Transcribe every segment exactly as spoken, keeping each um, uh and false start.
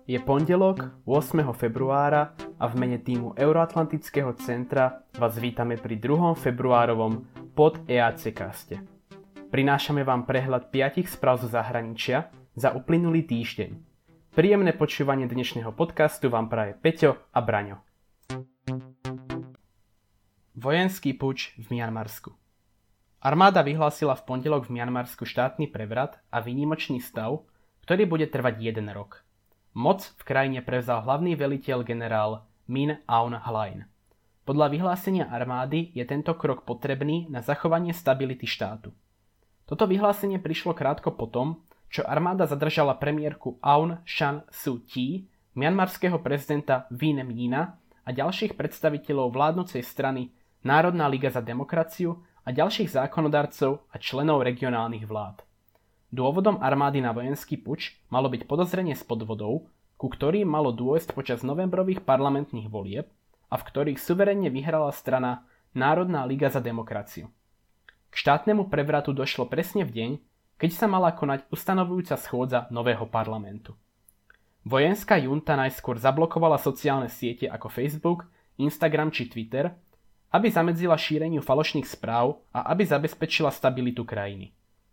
Je pondelok, ôsmeho februára a v mene týmu Euroatlantického centra vás vítame pri druhom februárovom pod é á cé caste. Prinášame vám prehľad piatich správ zo zahraničia za uplynulý týždeň. Príjemné počúvanie dnešného podcastu vám praje Peťo a Braňo. Vojenský puč v Mianmarsku. Armáda vyhlásila v pondelok v Mianmarsku štátny prevrat a výnimočný stav, ktorý bude trvať jeden rok. Moc v krajine prevzal hlavný veliteľ generál Min Aung Hlaing. Podľa vyhlásenia armády je tento krok potrebný na zachovanie stability štátu. Toto vyhlásenie prišlo krátko potom, čo armáda zadržala premiérku Aung San Suu Kyi, mianmarského prezidenta Wina Myina a ďalších predstaviteľov vládnucej strany Národná liga za demokraciu a ďalších zákonodarcov a členov regionálnych vlád. Dôvodom armády na vojenský puč malo byť podozrenie z podvodov, ku ktorým malo dôjsť počas novembrových parlamentných volieb a v ktorých suverenne vyhrala strana Národná liga za demokraciu. K štátnemu prevratu došlo presne v deň, keď sa mala konať ustanovujúca schôdza nového parlamentu. Vojenská junta najskôr zablokovala sociálne siete ako Facebook, Instagram či Twitter, aby zamedzila šíreniu falošných správ a aby zabezpečila stabilitu krajiny.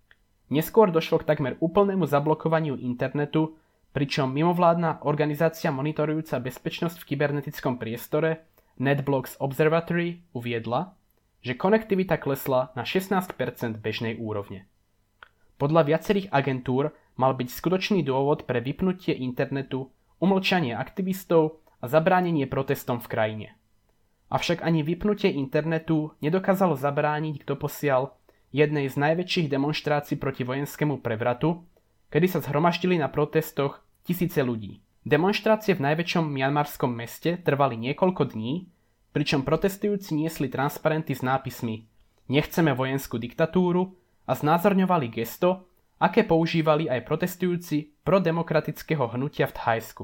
Neskôr došlo k takmer úplnému zablokovaniu internetu, pričom mimovládna organizácia monitorujúca bezpečnosť v kybernetickom priestore NetBlocks Observatory uviedla, že konektivita klesla na šestnásť percent bežnej úrovne. Podľa viacerých agentúr mal byť skutočný dôvod pre vypnutie internetu, umlčanie aktivistov a zabránenie protestom v krajine. Avšak ani vypnutie internetu nedokázalo zabrániť doposiaľ jednej z najväčších demonštrácií proti vojenskému prevratu, kedy sa zhromaždili na protestoch tisíce ľudí. Demonštrácie v najväčšom mianmarskom meste trvali niekoľko dní, pričom protestujúci niesli transparenty s nápismi Nechceme vojenskú diktatúru a znázorňovali gesto, aké používali aj protestujúci prodemokratického hnutia v Thajsku.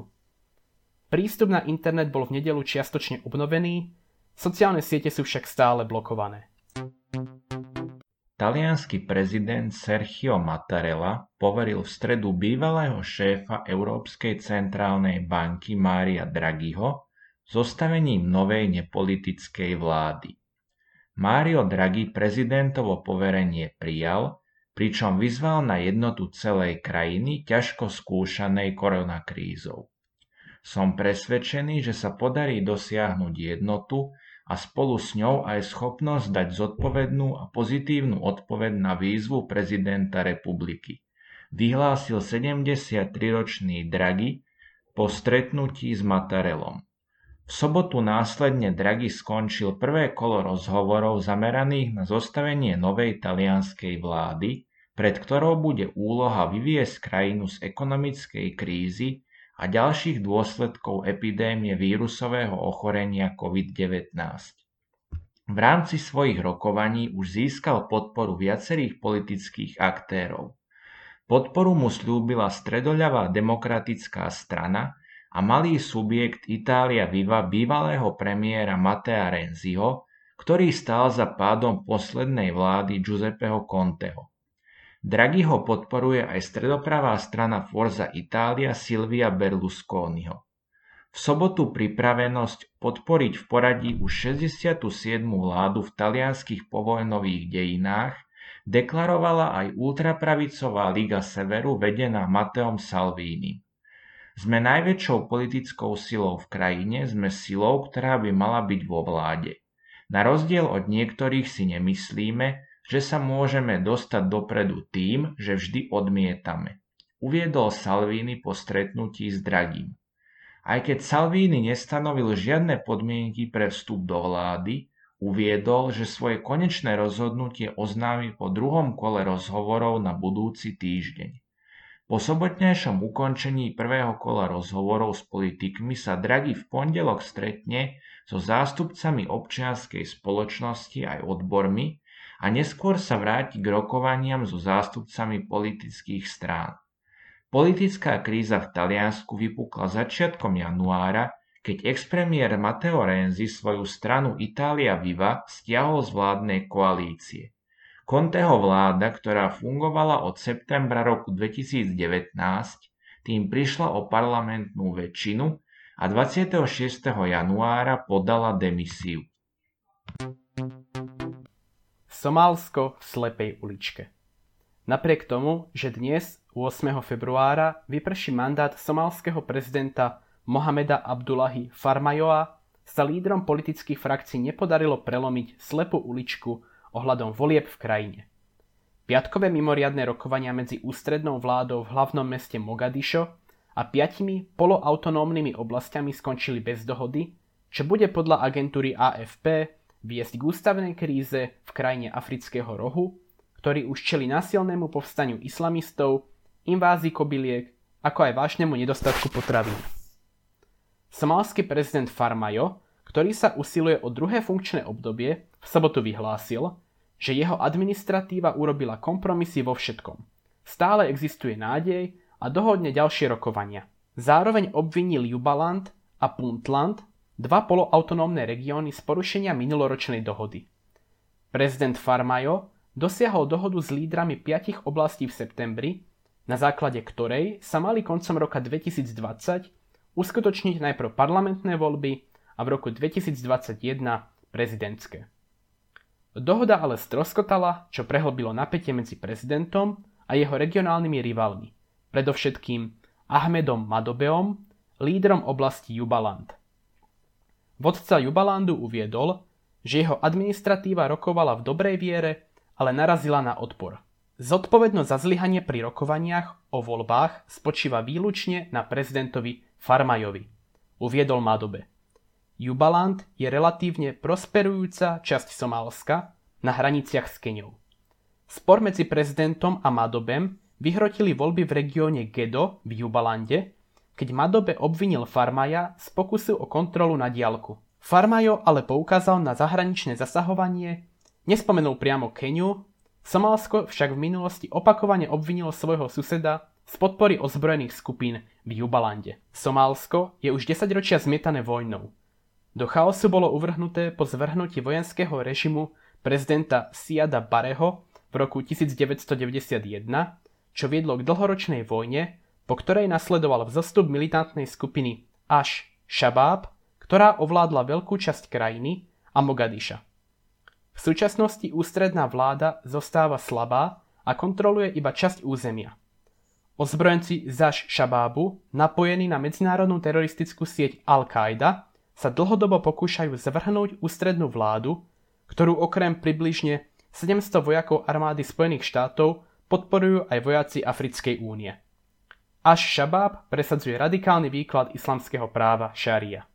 Prístup na internet bol v nedeľu čiastočne obnovený, sociálne siete sú však stále blokované. Taliansky prezident Sergio Mattarella poveril v stredu bývalého šéfa Európskej centrálnej banky Mária Draghiho zostavením novej nepolitickej vlády. Mario Draghi prezidentovo poverenie prijal, pričom vyzval na jednotu celej krajiny ťažko skúšanej koronakrízou. Som presvedčený, že sa podarí dosiahnuť jednotu a spolu s ňou aj schopnosť dať zodpovednú a pozitívnu odpoveď na výzvu prezidenta republiky, vyhlásil sedemdesiatriročný Draghi po stretnutí s Mattarellom. V sobotu následne Draghi skončil prvé kolo rozhovorov zameraných na zostavenie novej talianskej vlády, pred ktorou bude úloha vyviesť krajinu z ekonomickej krízy a ďalších dôsledkov epidémie vírusového ochorenia covid devätnásť. V rámci svojich rokovaní už získal podporu viacerých politických aktérov. Podporu mu sľúbila stredoľavá demokratická strana a malý subjekt Italia Viva bývalého premiéra Mattea Renziho, ktorý stál za pádom poslednej vlády Giuseppeho Conteho. Draghiho podporuje aj stredopravá strana Forza Italia Silvia Berlusconiho. V sobotu pripravenosť podporiť v poradí už šesťdesiatu siedmu vládu v talianskych povojnových dejinách deklarovala aj ultrapravicová Liga Severu vedená Matteom Salvinim. Sme najväčšou politickou silou v krajine, sme silou, ktorá by mala byť vo vláde. Na rozdiel od niektorých si nemyslíme, že sa môžeme dostať dopredu tým, že vždy odmietame, uviedol Salvini po stretnutí s Draghim. Aj keď Salvini nestanovil žiadne podmienky pre vstup do vlády, uviedol, že svoje konečné rozhodnutie oznámi po druhom kole rozhovorov na budúci týždeň. Po sobotnejšom ukončení prvého kola rozhovorov s politikmi sa Draghi v pondelok stretne so zástupcami občianskej spoločnosti aj odbormi a neskôr sa vráti k rokovaniam so zástupcami politických strán. Politická kríza v Taliansku vypukla začiatkom januára, keď expremiér Matteo Renzi svoju stranu Italia Viva stiahol z vládnej koalície. Conteho vláda, ktorá fungovala od septembra roku dvetisícdevätnásť, tým prišla o parlamentnú väčšinu a dvadsiateho šiesteho januára podala demisiu. Somálsko v slepej uličke. Napriek tomu, že dnes, ôsmeho februára, vyprší mandát somálskeho prezidenta Mohameda Abdullahi Farmajoa, sa lídrom politických frakcií nepodarilo prelomiť slepú uličku ohľadom volieb v krajine. Piatkové mimoriadne rokovania medzi ústrednou vládou v hlavnom meste Mogadišo a piatimi poloautonómnymi oblastiami skončili bez dohody, čo bude podľa agentúry á ef pé viesť k ústavnej kríze v krajine Afrického rohu, ktorý už čelí násilnému povstaniu islamistov, invázii kobyliek, ako aj vážnemu nedostatku potravín. Somálsky prezident Farmajo, ktorý sa usiluje o druhé funkčné obdobie, v sobotu vyhlásil, že jeho administratíva urobila kompromisy vo všetkom. Stále existuje nádej a dohodne ďalšie rokovania. Zároveň obvinil Jubaland a Puntland, dva poloautonómne regióny z porušenia minuloročnej dohody. Prezident Farmajo dosiahol dohodu s lídrami piatich oblastí v septembri, na základe ktorej sa mali koncom roka dvetisícdvadsať uskutočniť najprv parlamentné voľby a v roku dvetisícdvadsaťjeden prezidentské. Dohoda ale stroskotala, čo prehlbilo napätie medzi prezidentom a jeho regionálnymi rivalmi, predovšetkým Ahmedom Madobeom, lídrom oblasti Jubaland. Vodca Jubalandu uviedol, že jeho administratíva rokovala v dobrej viere, ale narazila na odpor. Zodpovednosť za zlyhanie pri rokovaniach o voľbách spočíva výlučne na prezidentovi Farmajovi, uviedol Madobe. Jubaland je relatívne prosperujúca časť Somálska na hraniciach s Keňou. Spor medzi prezidentom a Madobem vyhrotili voľby v regióne Gedo v Jubalande, keď Madobe obvinil Farmaja z pokusu o kontrolu na diaľku. Farmajo ale poukázal na zahraničné zasahovanie, nespomenul priamo Keňu, Somálsko však v minulosti opakovane obvinilo svojho suseda z podpory ozbrojených skupín v Jubalande. Somálsko je už desaťročia zmietané vojnou. Do chaosu bolo uvrhnuté po zvrhnutí vojenského režimu prezidenta Siada Bareho v roku devätnásťstodeväťdesiatjeden, čo viedlo k dlhoročnej vojne, po ktorej nasledoval vzostup militantnej skupiny Ash-Shabab, ktorá ovládla veľkú časť krajiny a Mogadiša. V súčasnosti ústredná vláda zostáva slabá a kontroluje iba časť územia. Ozbrojenci z Ash-Shababu, napojení na medzinárodnú teroristickú sieť Al-Qaida, sa dlhodobo pokúšajú zvrhnúť ústrednú vládu, ktorú okrem približne sedemsto vojakov armády Spojených štátov podporujú aj vojaci Africkej únie. Ash-Shabab presadzuje radikálny výklad islamského práva šaria.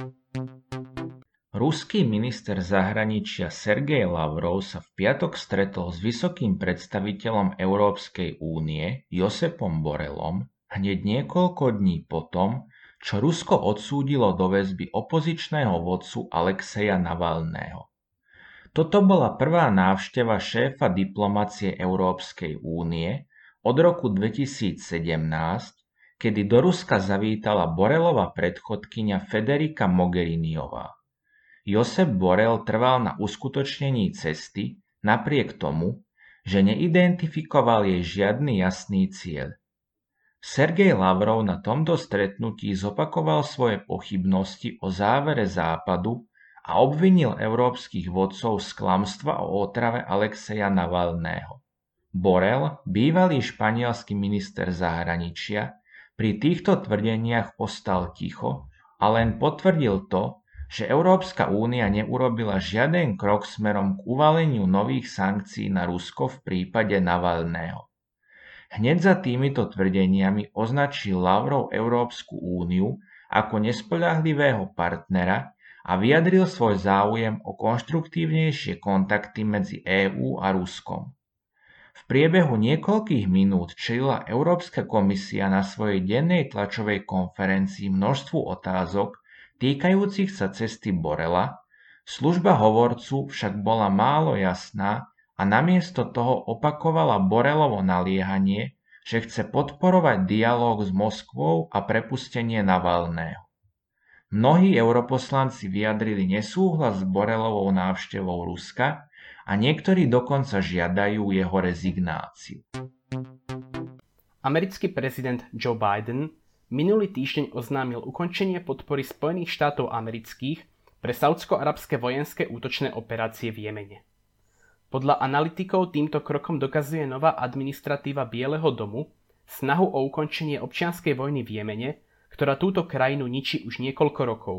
Ruský minister zahraničia Sergej Lavrov sa v piatok stretol s vysokým predstaviteľom Európskej únie Josepom Borrellom hneď niekoľko dní potom, čo Rusko odsúdilo do väzby opozičného vodcu Alexeja Navalného. Toto bola prvá návšteva šéfa diplomacie Európskej únie od roku dvetisícsedemnásť, kedy do Ruska zavítala Borrellova predchodkyňa Federica Mogheriniová. Josep Borrell trval na uskutočnení cesty napriek tomu, že neidentifikoval jej žiadny jasný cieľ. Sergej Lavrov na tomto stretnutí zopakoval svoje pochybnosti o závere Západu a obvinil európskych vodcov z klamstva o otrave Alexeja Navalného. Borrell, bývalý španielsky minister zahraničia, pri týchto tvrdeniach ostal ticho a len potvrdil to, že Európska únia neurobila žiaden krok smerom k uvaleniu nových sankcií na Rusko v prípade Navalného. Hneď za týmito tvrdeniami označil Lavrov Európsku úniu ako nespoľahlivého partnera a vyjadril svoj záujem o konštruktívnejšie kontakty medzi EÚ a Ruskom. V priebehu niekoľkých minút čelila Európska komisia na svojej dennej tlačovej konferencii množstvu otázok týkajúcich sa cesty Borrella, služba hovorcu však bola málo jasná a namiesto toho opakovala Borrellovo naliehanie, že chce podporovať dialóg s Moskvou a prepustenie Navalného. Mnohí europoslanci vyjadrili nesúhlas s Borrellovou návštevou Ruska a niektorí dokonca žiadajú jeho rezignáciu. Americký prezident Joe Biden minulý týždeň oznámil ukončenie podpory Spojených štátov amerických pre saúdsko-arabské vojenské útočné operácie v Jemene. Podľa analytikov týmto krokom dokazuje nová administratíva Bieleho domu snahu o ukončenie občianskej vojny v Jemene, ktorá túto krajinu ničí už niekoľko rokov.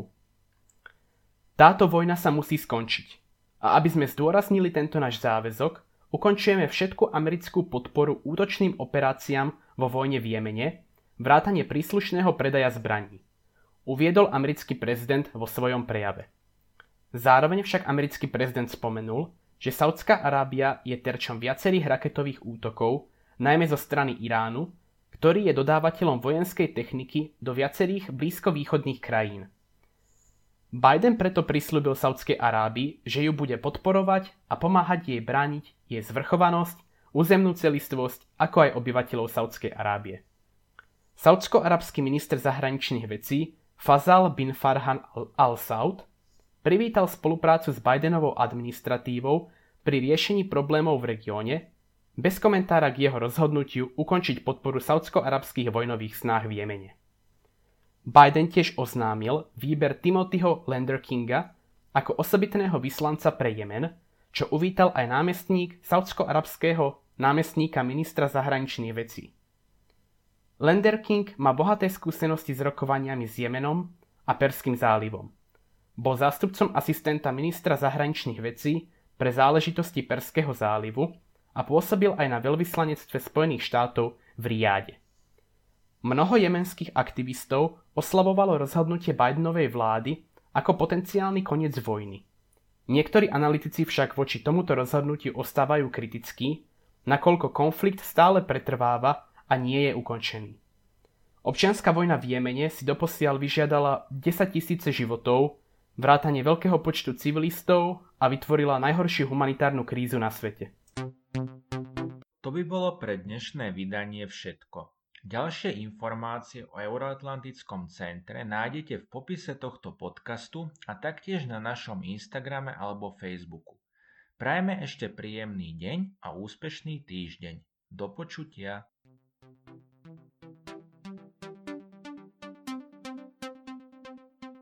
Táto vojna sa musí skončiť. A aby sme zdôraznili tento náš záväzok, ukončujeme všetku americkú podporu útočným operáciám vo vojne v Jemene, vrátane príslušného predaja zbraní, uviedol americký prezident vo svojom prejave. Zároveň však americký prezident spomenul, že Saudská Arábia je terčom viacerých raketových útokov, najmä zo strany Iránu, ktorý je dodávateľom vojenskej techniky do viacerých blízkovýchodných krajín. Biden preto prisľúbil Saudskej Arábii, že ju bude podporovať a pomáhať jej brániť jej zvrchovanosť, územnú celistvosť, ako aj obyvateľov Saudskej Arábie. Saúdsko-arabský minister zahraničných vecí Fazal bin Farhan al-Saud privítal spoluprácu s Bidenovou administratívou pri riešení problémov v regióne, bez komentára k jeho rozhodnutiu ukončiť podporu saúdsko-arabských vojnových snách v Jemene. Biden tiež oznámil výber Timothyho Lenderkinga ako osobitného vyslanca pre Jemen, čo uvítal aj námestník saúdsko-arabského námestníka ministra zahraničných vecí. Lenderking má bohaté skúsenosti s rokovaniami s Jemenom a Perským zálivom. Bol zástupcom asistenta ministra zahraničných vecí pre záležitosti Perského zálivu a pôsobil aj na veľvyslanectve Spojených štátov v Riáde. Mnoho jemenských aktivistov oslavovalo rozhodnutie Bidenovej vlády ako potenciálny koniec vojny. Niektorí analytici však voči tomuto rozhodnutiu ostávajú kritickí, nakoľko konflikt stále pretrváva a nie je ukončený. Občianska vojna v Jemene si doposiaľ vyžiadala desaťtisíce životov, vrátane veľkého počtu civilistov a vytvorila najhoršiu humanitárnu krízu na svete. To by bolo pre dnešné vydanie všetko. Ďalšie informácie o Euroatlantickom centre nájdete v popise tohto podcastu a taktiež na našom Instagrame alebo Facebooku. Prajme ešte príjemný deň a úspešný týždeň. Do počutia.